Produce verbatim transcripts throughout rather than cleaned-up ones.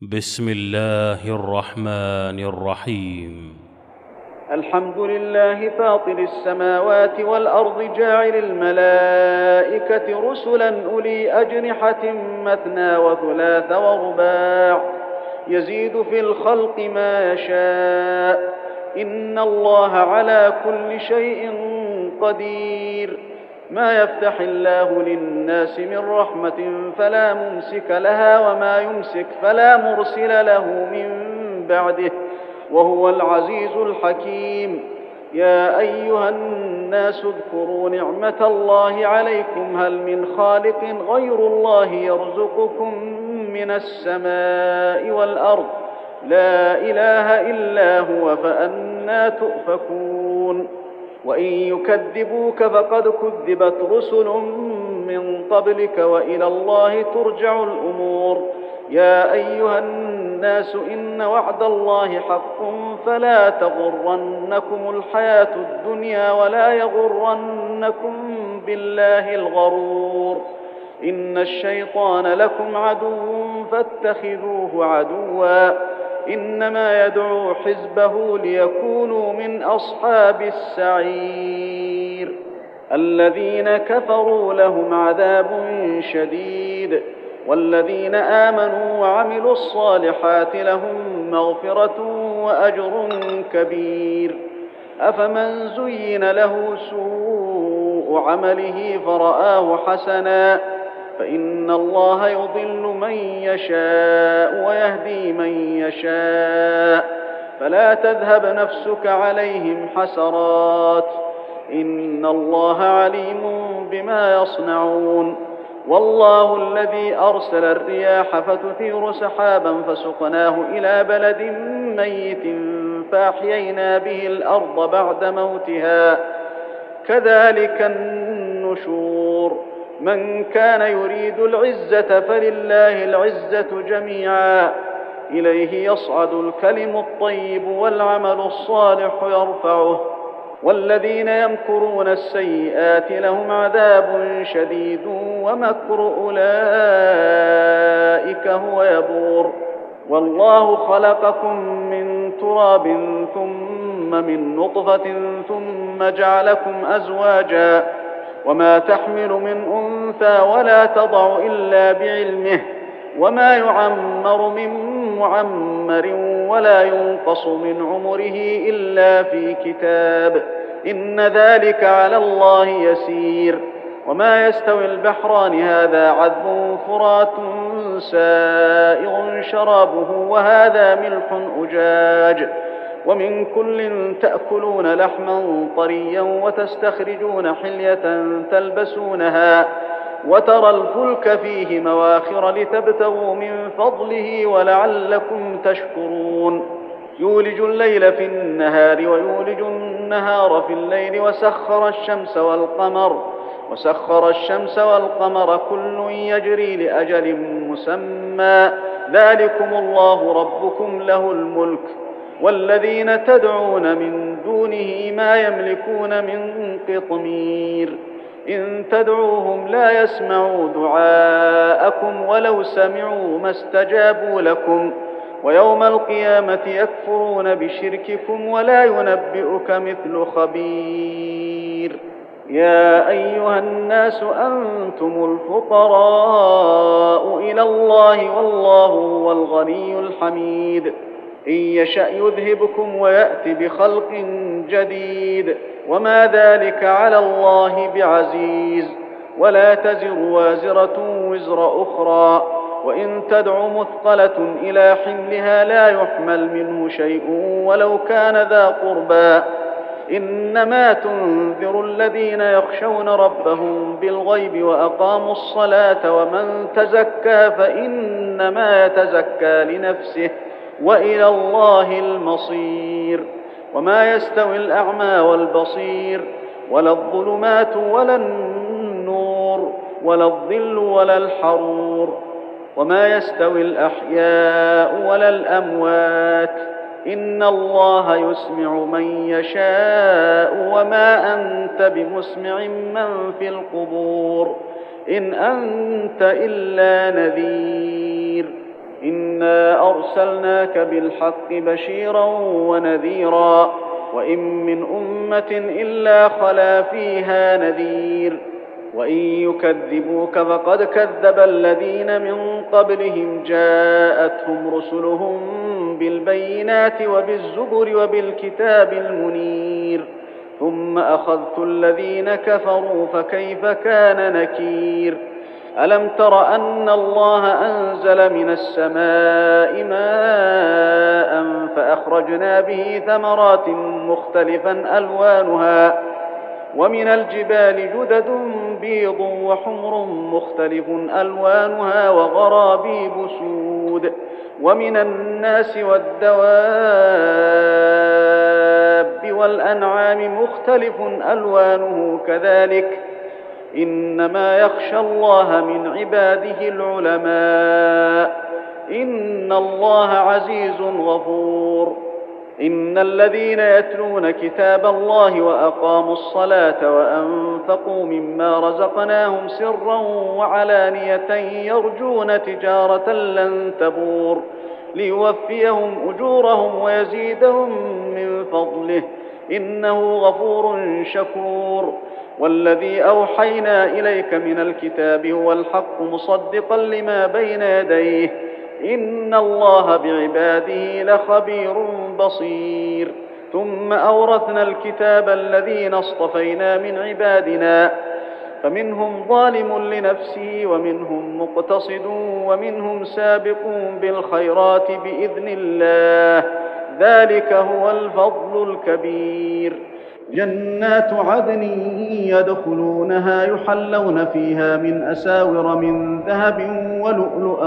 بسم الله الرحمن الرحيم. الحمد لله فاطر السماوات والأرض جاعل الملائكة رسلا أولي أجنحة مثنى وثلاث ورباع يزيد في الخلق ما يشاء إن الله على كل شيء قدير. ما يفتح الله للناس من رحمة فلا ممسك لها وما يمسك فلا مرسل له من بعده وهو العزيز الحكيم. يا أيها الناس اذكروا نعمة الله عليكم هل من خالق غير الله يرزقكم من السماء والأرض لا إله إلا هو فأنى تؤفكون. وإن يكذبوك فقد كذبت رسل من قبلك وإلى الله ترجع الأمور. يا أيها الناس إن وعد الله حق فلا تغرنكم الحياة الدنيا ولا يغرنكم بالله الغرور. إن الشيطان لكم عدو فاتخذوه عدوا إنما يدعو حزبه ليكونوا من أصحاب السعير. الذين كفروا لهم عذاب شديد والذين آمنوا وعملوا الصالحات لهم مغفرة وأجر كبير. أفمن زين له سوء عمله فرآه حسنا فإن الله يضل من يشاء ويهدي من يشاء فلا تذهب نفسك عليهم حسرات إن الله عليم بما يصنعون. والله الذي أرسل الرياح فتثير سحابا فسقناه إلى بلد ميت فأحيينا به الأرض بعد موتها كذلك النشور. من كان يريد العزة فلله العزة جميعا إليه يصعد الكلم الطيب والعمل الصالح يرفعه والذين يمكرون السيئات لهم عذاب شديد ومكر أولئك هو يبور. والله خلقكم من تراب ثم من نطفة ثم جعلكم أزواجا وما تحمل من أنثى ولا تضع إلا بعلمه وما يعمر من معمر ولا ينقص من عمره إلا في كتاب إن ذلك على الله يسير. وما يستوي البحران هذا عذب فرات سائغ شرابه وهذا ملح أجاج ومن كل تأكلون لحما طريا وتستخرجون حلية تلبسونها وترى الفلك فيه مواخر لتبتغوا من فضله ولعلكم تشكرون. يولج الليل في النهار ويولج النهار في الليل وسخر الشمس والقمر وسخر الشمس والقمر كل يجري لأجل مسمى ذلكم الله ربكم له الملك. والذين تدعون من دونه ما يملكون من قطمير إن تدعوهم لا يسمعوا دعاءكم ولو سمعوا ما استجابوا لكم ويوم القيامة يكفرون بشرككم ولا ينبئك مثل خبير. يا أيها الناس أنتم الفقراء إلى الله والله هو الغني الحميد. إن يشأ يذهبكم ويأت بخلق جديد وما ذلك على الله بعزيز. ولا تزر وازرة وزر أخرى وإن تدع مثقلة إلى حملها لا يحمل منه شيء ولو كان ذا قربى. إنما تنذر الذين يخشون ربهم بالغيب وأقاموا الصلاة ومن تزكى فإنما يتزكى لنفسه وإلى الله المصير. وما يستوي الأعمى والبصير ولا الظلمات ولا النور ولا الظل ولا الحرور. وما يستوي الأحياء ولا الأموات إن الله يسمع من يشاء وما أنت بمسمع من في القبور إن أنت إلا نذير. إنا أرسلناك بالحق بشيرا ونذيرا وإن من أمة إلا خلا فيها نذير وإن يكذبوك فقد كذب الذين من قبلهم جاءتهم رسلهم بالبينات وبالزبر وبالكتاب المنير ثم أخذت الذين كفروا فكيف كان نكير ألم تر أن الله أنزل من السماء ماء فأخرجنا به ثمرات مختلفا ألوانها ومن الجبال جدد بيض وحمر مختلف ألوانها وغرابيب سود ومن الناس والدواب والأنعام مختلف ألوانه كذلك إنما يخشى الله من عباده العلماء إن الله عزيز غفور إن الذين يتلون كتاب الله وأقاموا الصلاة وأنفقوا مما رزقناهم سرا وعلانية يرجون تجارة لن تبور ليوفيهم أجورهم ويزيدهم من فضله إنه غفور شكور والذي أوحينا إليك من الكتاب هو الحق مصدقا لما بين يديه إن الله بعباده لخبير بصير ثم أورثنا الكتاب الذين اصطفينا من عبادنا فمنهم ظالم لنفسه ومنهم مقتصد ومنهم سابق بالخيرات بإذن الله ذلك هو الفضل الكبير جنات عدن يدخلونها يحلون فيها من أساور من ذهب ولؤلؤا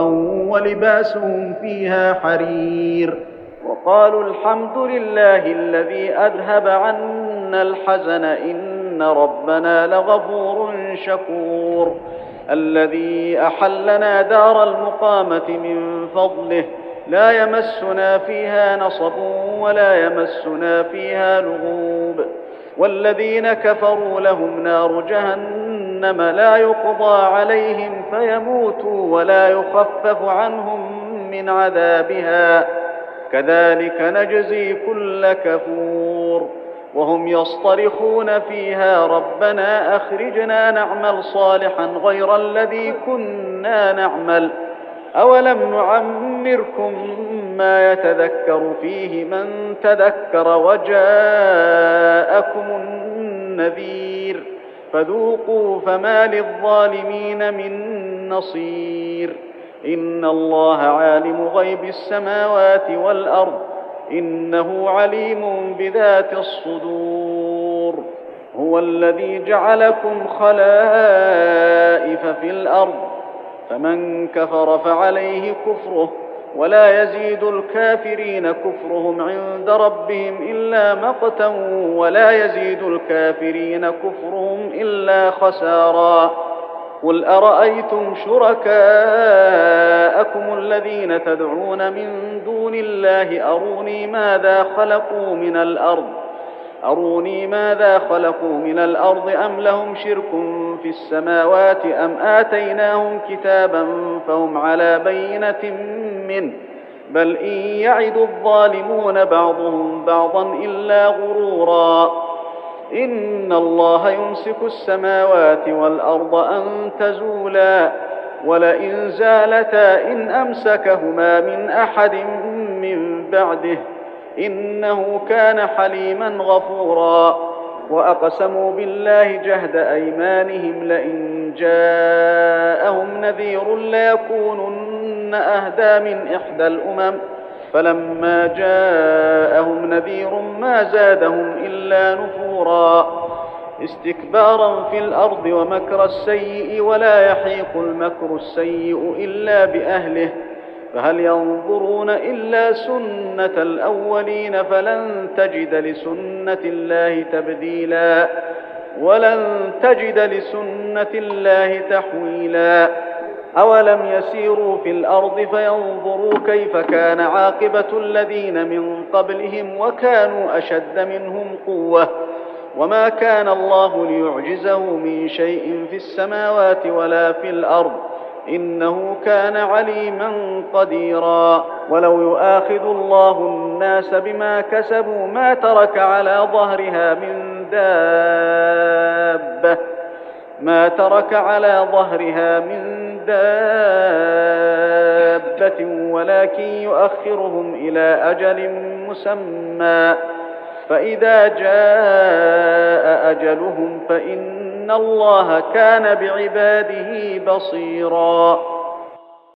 ولباسهم فيها حرير وقالوا الحمد لله الذي أذهب عنا الحزن إن ربنا لغفور شكور الذي أحلنا دار المقامة من فضله لا يمسنا فيها نصب ولا يمسنا فيها لغوب والذين كفروا لهم نار جهنم لا يقضى عليهم فيموتوا ولا يخفف عنهم من عذابها كذلك نجزي كل كفور وهم يصطرخون فيها ربنا أخرجنا نعمل صالحا غير الذي كنا نعمل أولم نعمركم ما يتذكر فيه من تذكر وجاءكم النذير فذوقوا فما للظالمين من نصير إن الله عالم غيب السماوات والأرض إنه عليم بذات الصدور هو الذي جعلكم خلائف في الأرض فمن كفر فعليه كفره ولا يزيد الكافرين كفرهم عند ربهم إلا مقتا ولا يزيد الكافرين كفرهم إلا خسارا قل أرأيتم شركاءكم الذين تدعون من دون الله أروني ماذا خلقوا من الأرض أروني ماذا خلقوا من الأرض أم لهم شرك في السماوات أم آتيناهم كتابا فهم على بينة منه بل إن يعد الظالمون بعضهم بعضا إلا غرورا إن الله يمسك السماوات والأرض أن تزولا ولئن زالتا إن أمسكهما من أحد من بعده إنه كان حليما غفورا وأقسموا بالله جهد أيمانهم لئن جاءهم نذير ليكونن أهدى من إحدى الأمم فلما جاءهم نذير ما زادهم إلا نفورا استكبارا في الأرض ومكر السيء ولا يحيق المكر السيء إلا بأهله فهل ينظرون إلا سنة الأولين فلن تجد لسنة الله تبديلا ولن تجد لسنة الله تحويلا أولم يسيروا في الأرض فينظروا كيف كان عاقبة الذين من قبلهم وكانوا أشد منهم قوة وما كان الله ليعجزه من شيء في السماوات ولا في الأرض إنه كان عليما قديرا. ولو يؤاخذ الله الناس بما كسبوا ما ترك على ظهرها من دابة ما ترك على ظهرها من دابة ولكن يؤخرهم إلى أجل مسمى فإذا جاء أجلهم فإن الله كان بعباده بصيرا.